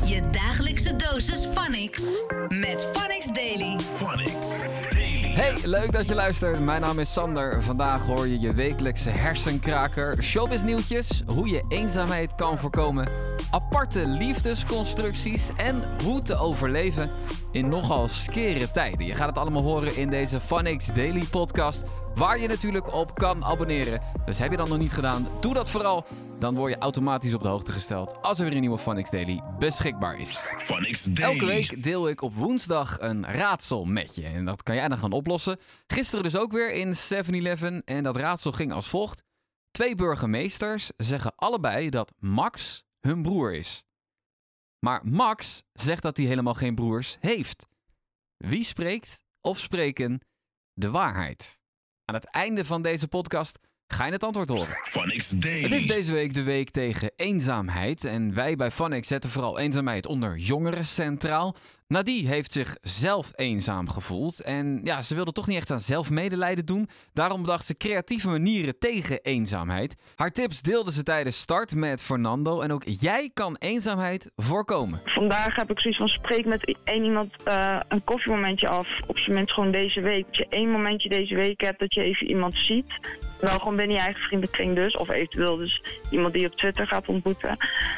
Je dagelijkse dosis Phonix met Phonix Daily. Hey, leuk dat je luistert. Mijn naam is Sander. Vandaag hoor je je wekelijkse hersenkraker, showbiznieuwtjes, hoe je eenzaamheid kan voorkomen, aparte liefdesconstructies en hoe te overleven in nogal skere tijden. Je gaat het allemaal horen in deze Phonix Daily podcast, waar je natuurlijk op kan abonneren. Dus heb je dat nog niet gedaan, doe dat vooral. Dan word je automatisch op de hoogte gesteld als er weer een nieuwe Phonix Daily beschikbaar is. Phonix Daily. Elke week deel ik op woensdag een raadsel met je. En dat kan jij dan gaan oplossen. Gisteren dus ook weer in 7-Eleven. En dat raadsel ging als volgt. 2 burgemeesters zeggen allebei dat Max hun broer is. Maar Max zegt dat hij helemaal geen broers heeft. Wie spreekt of spreken de waarheid? Aan het einde van deze podcast ga je het antwoord horen. Phonix Daily. Het is deze week de week tegen eenzaamheid. En wij bij Phonix zetten vooral eenzaamheid onder jongeren centraal. Nadie heeft zich zelf eenzaam gevoeld. En ja, ze wilde toch niet echt aan zelfmedelijden doen. Daarom bedacht ze creatieve manieren tegen eenzaamheid. Haar tips deelde ze tijdens Start met Fernando. En ook jij kan eenzaamheid voorkomen. Vandaag heb ik zoiets van spreek met één iemand een koffiemomentje af. Op zijn minst gewoon deze week. Dat je 1 momentje deze week hebt dat je even iemand ziet. Wel gewoon binnen je eigen vriendenkring dus. Of eventueel dus iemand die je op Twitter gaat ontmoeten.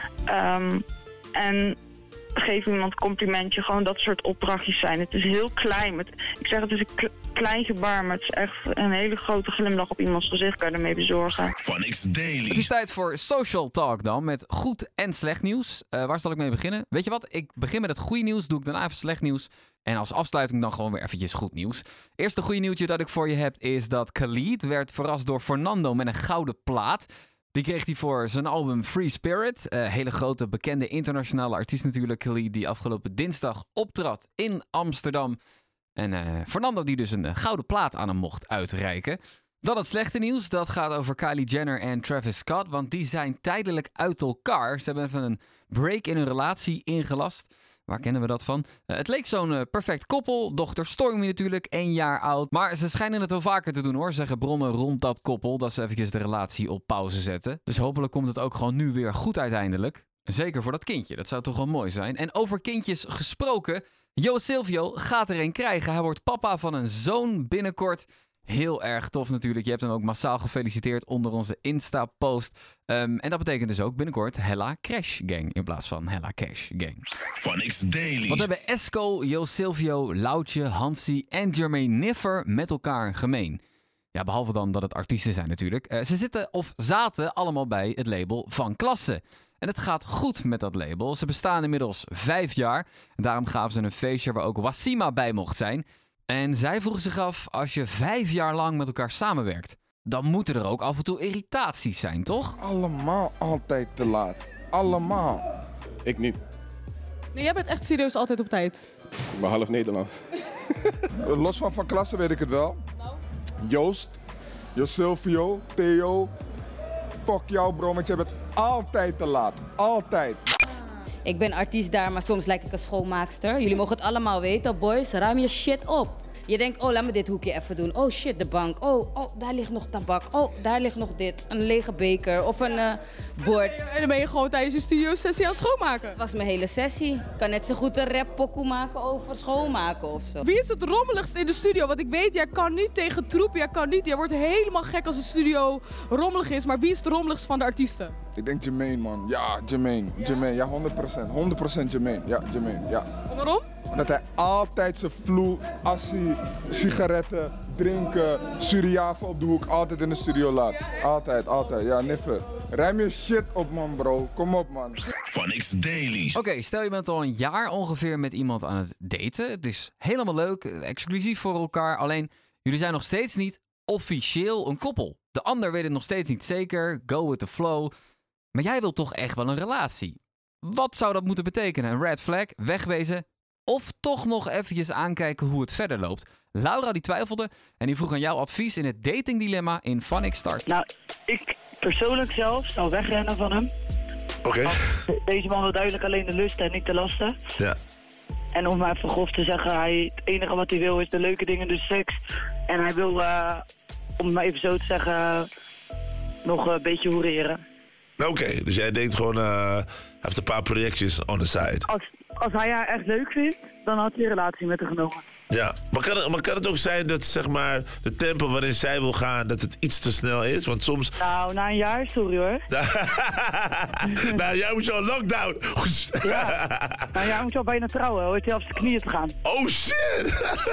En geef iemand een complimentje. Gewoon dat soort opdrachtjes zijn. Het is heel klein. Ik zeg het is een klein gebaar. Maar het is echt een hele grote glimlach op iemands gezicht. Kan je ermee bezorgen. Phonix Daily. Het is tijd voor Social Talk dan. Met goed en slecht nieuws. Waar zal ik mee beginnen? Weet je wat? Ik begin met het goede nieuws. Doe ik daarna even slecht nieuws. En als afsluiting dan gewoon weer eventjes goed nieuws. Eerste goede nieuwtje dat ik voor je heb is dat Khalid werd verrast door Fernando met een gouden plaat. Die kreeg hij voor zijn album Free Spirit. Hele grote, bekende internationale artiest natuurlijk. Khalid die afgelopen dinsdag optrad in Amsterdam. En Fernando die dus een gouden plaat aan hem mocht uitreiken. Dan het slechte nieuws. Dat gaat over Kylie Jenner en Travis Scott. Want die zijn tijdelijk uit elkaar. Ze hebben even een break in hun relatie ingelast. Waar kennen we dat van? Het leek zo'n perfect koppel. Dochter Stormy natuurlijk, 1 jaar oud. Maar ze schijnen het wel vaker te doen hoor, zeggen bronnen rond dat koppel. Dat ze eventjes de relatie op pauze zetten. Dus hopelijk komt het ook gewoon nu weer goed uiteindelijk. Zeker voor dat kindje, dat zou toch wel mooi zijn. En over kindjes gesproken, Jo Silvio gaat er een krijgen. Hij wordt papa van een zoon binnenkort. Heel erg tof natuurlijk. Je hebt hem ook massaal gefeliciteerd onder onze Insta-post. En dat betekent dus ook binnenkort Hella Crash Gang in plaats van Hella Cash Gang. Phonix Daily. Wat hebben Esco, Jo Silvio, Loutje, Hansie en Jermaine Niffer met elkaar gemeen? Ja, behalve dan dat het artiesten zijn natuurlijk. Ze zitten of zaten allemaal bij het label Van Klasse. En het gaat goed met dat label. Ze bestaan inmiddels 5 jaar. En daarom gaven ze een feestje waar ook Wassima bij mocht zijn. En zij vroegen zich af, als je 5 jaar lang met elkaar samenwerkt, dan moeten er ook af en toe irritaties zijn, toch? Allemaal altijd te laat. Allemaal. Ik niet. Nee, jij bent echt serieus altijd op tijd. Ik ben half Nederlands. Los van klasse weet ik het wel. Joost, Silvio, Theo. Fuck jou bro, want jij bent altijd te laat. Altijd. Ik ben artiest daar, maar soms lijk ik een schoonmaakster. Jullie mogen het allemaal weten, boys. Ruim je shit op. Je denkt, oh, laat me dit hoekje even doen. Oh shit, de bank. Oh, daar ligt nog tabak. Oh, daar ligt nog dit. Een lege beker of een bord. En dan ben je gewoon tijdens je studiosessie aan het schoonmaken. Dat was mijn hele sessie. Ik kan net zo goed een rap-pokoe maken over schoonmaken of zo. Wie is het rommeligst in de studio? Want ik weet, jij kan niet tegen troep. Jij wordt helemaal gek als de studio rommelig is. Maar wie is het rommeligst van de artiesten? Ik denk Jermaine man. Ja, Jermaine. Jermaine, ja 100%. 100% Jermaine. Ja, Jermaine, ja. Waarom? Omdat hij altijd zijn vloe, assie, sigaretten, drinken, Suriaven op de hoek altijd in de studio laat. Altijd. Ja, Niffer. Ruim je shit op man bro. Kom op man. Phonix Daily. Oké, stel je bent al een jaar ongeveer met iemand aan het daten. Het is helemaal leuk, exclusief voor elkaar. Alleen, jullie zijn nog steeds niet officieel een koppel. De ander weet het nog steeds niet zeker. Go with the flow. Maar jij wilt toch echt wel een relatie. Wat zou dat moeten betekenen? Een red flag? Wegwezen? Of toch nog eventjes aankijken hoe het verder loopt? Laura die twijfelde en die vroeg aan jouw advies in het datingdilemma in Phonix Start. Nou, ik persoonlijk zelf zou wegrennen van hem. Oké. Deze man wil duidelijk alleen de lust en niet de lasten. Ja. En om maar even grof te zeggen, het enige wat hij wil is de leuke dingen, dus seks. En hij wil, om het maar even zo te zeggen, nog een beetje hoereren. Oké, dus jij denkt gewoon, hij heeft een paar projectjes on the side. Als hij haar echt leuk vindt, dan had hij een relatie met haar genomen. Ja, maar kan het ook zijn dat zeg maar de tempo waarin zij wil gaan, dat het iets te snel is? Want soms... Nou, na een jaar, sorry hoor. Nou, jij moet zo'n lockdown. Ja, nou jij moet al bijna trouwen, hoor. Het op zijn knieën te gaan. Oh shit!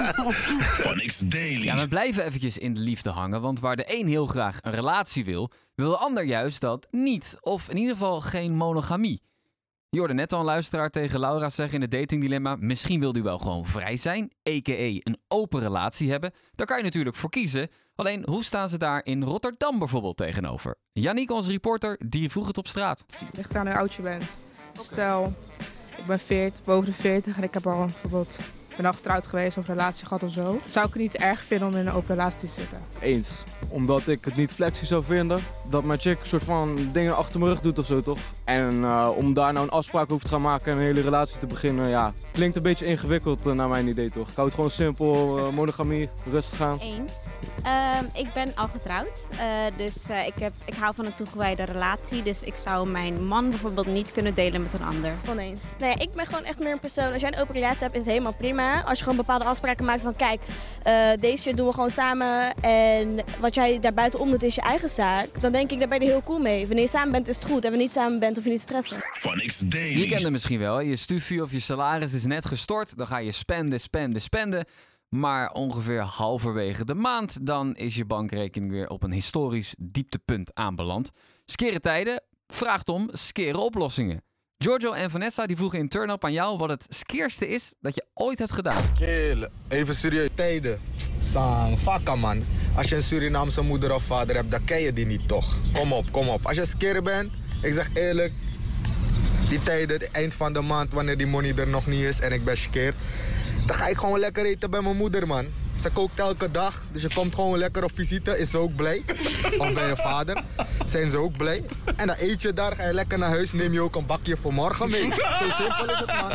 Phonics Daily. Ja, we blijven eventjes in de liefde hangen, want waar de een heel graag een relatie wil de ander juist dat niet. Of in ieder geval geen monogamie. Je hoorde net al een luisteraar tegen Laura zeggen in het datingdilemma, misschien wil u wel gewoon vrij zijn, a.k.a. een open relatie hebben. Daar kan je natuurlijk voor kiezen. Alleen, hoe staan ze daar in Rotterdam bijvoorbeeld tegenover? Yannick, onze reporter, die vroeg het op straat. Het ligt aan hoe oud je bent. Stel, ik ben boven de 40 en ik heb al bijvoorbeeld... Ik ben al getrouwd geweest of een relatie gehad of zo. Zou ik het niet erg vinden om in een open relatie te zitten? Eens. Omdat ik het niet flexie zou vinden. Dat mijn chick een soort van dingen achter mijn rug doet of zo, toch? En om daar nou een afspraak over te gaan maken en een hele relatie te beginnen, ja, klinkt een beetje ingewikkeld naar mijn idee, toch? Ik hou het gewoon simpel, monogamie, rustig aan. Eens. Ik ben al getrouwd, dus ik hou van een toegewijde relatie. Dus ik zou mijn man bijvoorbeeld niet kunnen delen met een ander. Oneens. Nee, ik ben gewoon echt meer een persoon. Als jij een open relatie hebt, is het helemaal prima. Als je gewoon bepaalde afspraken maakt van kijk, deze shit doen we gewoon samen. En wat jij daar buitenom doet is je eigen zaak. Dan denk ik, daar ben je heel cool mee. Wanneer je samen bent is het goed. En wanneer je niet samen bent, hoef je niet te stressen. Phonics Daily. Je kent het misschien wel. Je stufie of je salaris is net gestort. Dan ga je spenden. Maar ongeveer halverwege de maand, dan is je bankrekening weer op een historisch dieptepunt aanbeland. Skere tijden vraagt om skere oplossingen. Giorgio en Vanessa die vroegen in turn-up aan jou wat het skeerste is dat je ooit hebt gedaan. Kill, even serieus. Tijden. Sang, fakka man. Als je een Surinaamse moeder of vader hebt, dan ken je die niet toch. Kom op. Als je skeer bent, ik zeg eerlijk, die tijden, het eind van de maand, wanneer die money er nog niet is en ik ben skeer, dan ga ik gewoon lekker eten bij mijn moeder, man. Ze kookt elke dag, dus je komt gewoon lekker op visite. Is ze ook blij? Of bij je vader? Zijn ze ook blij? En dan eet je daar, ga je lekker naar huis, neem je ook een bakje voor morgen mee. Zo simpel is het, man.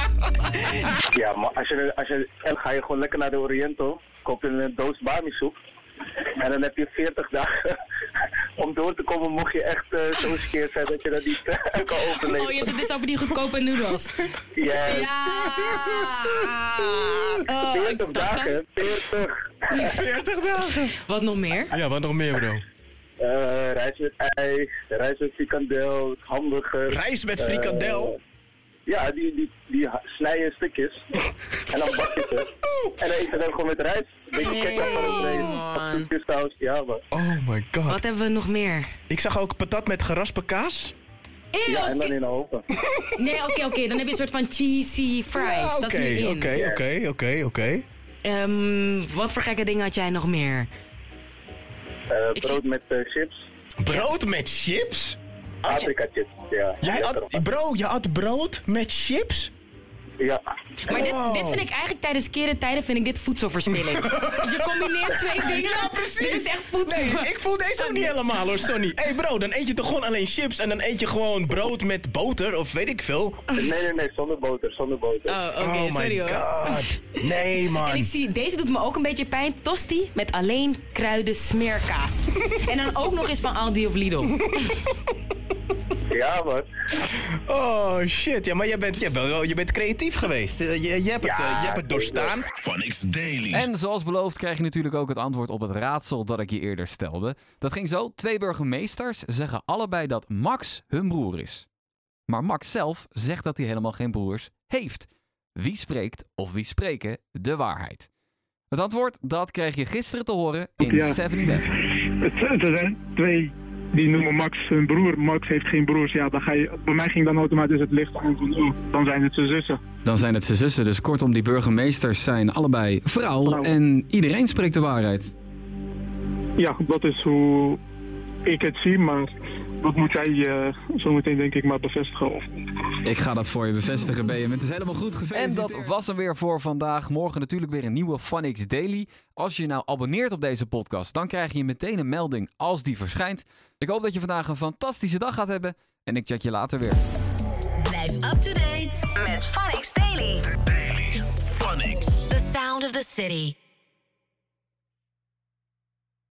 Ja, maar dan ga je gewoon lekker naar de Oriental. Koop je een doos bami-soep. En dan heb je 40 dagen om door te komen, mocht je echt zo skeer zijn dat je dat niet kan overleven. Oh, je hebt het dus over die goedkope noedels. Yes. Ja! 40 dagen, 40. 40 dagen. Wat nog meer? Ja, wat nog meer, bro? Rijst met ijs, rijst met frikandel, hamburger. Rijst met frikandel? Ja, die snij je in stukjes. En dan bak je ze. En dan eet je dan gewoon met rijst. Beetje ketchup van het saus. Ja, man. Oh my god. Wat hebben we nog meer? Ik zag ook patat met geraspen kaas. Ja, en dan in de oven. Nee, oké. Dan heb je een soort van cheesy fries. Ja, dat is nu in. Oké. Wat voor gekke dingen had jij nog meer? Brood met chips. Brood met chips? Afrika chips, ja. Je had brood met chips? Ja. Maar dit vind ik eigenlijk tijdens keren tijden vind ik dit voedselverspilling. Je combineert twee dingen. Ja, precies. Dit is echt voedsel. Nee, ik voel deze ook niet helemaal hoor, Sonny. Hé bro, dan eet je toch gewoon alleen chips en dan eet je gewoon brood met boter of weet ik veel? Nee, zonder boter. Oh, sorry hoor. God. Nee man. En ik zie, deze doet me ook een beetje pijn. Tosti met alleen kruiden smeerkaas. En dan ook nog eens van Aldi of Lidl. Ja, man. Oh shit, ja, maar je bent creatief geweest. Je hebt het doorstaan. Phonics Daily. En zoals beloofd krijg je natuurlijk ook het antwoord op het raadsel dat ik je eerder stelde. Dat ging zo. 2 burgemeesters zeggen allebei dat Max hun broer is. Maar Max zelf zegt dat hij helemaal geen broers heeft. Wie spreekt of wie spreken de waarheid? Het antwoord, dat kreeg je gisteren te horen in 7-Eleven. Er zijn 2 die noemen Max hun broer. Max heeft geen broers. Ja, bij mij ging dan automatisch het licht aan van, dan zijn het zijn zussen. Dan zijn het zijn zussen. Dus kortom, die burgemeesters zijn allebei vrouw. En iedereen spreekt de waarheid. Ja, dat is hoe ik het zie, maar dat moet jij zometeen denk ik maar bevestigen. Ik ga dat voor je bevestigen, BM. Het is helemaal goed gefeliciteerd. En dat was hem weer voor vandaag. Morgen natuurlijk weer een nieuwe Phonics Daily. Als je je nou abonneert op deze podcast, dan krijg je meteen een melding als die verschijnt. Ik hoop dat je vandaag een fantastische dag gaat hebben. En ik chat je later weer. Blijf up to date met Phonics Daily. Phonics. The sound of the city.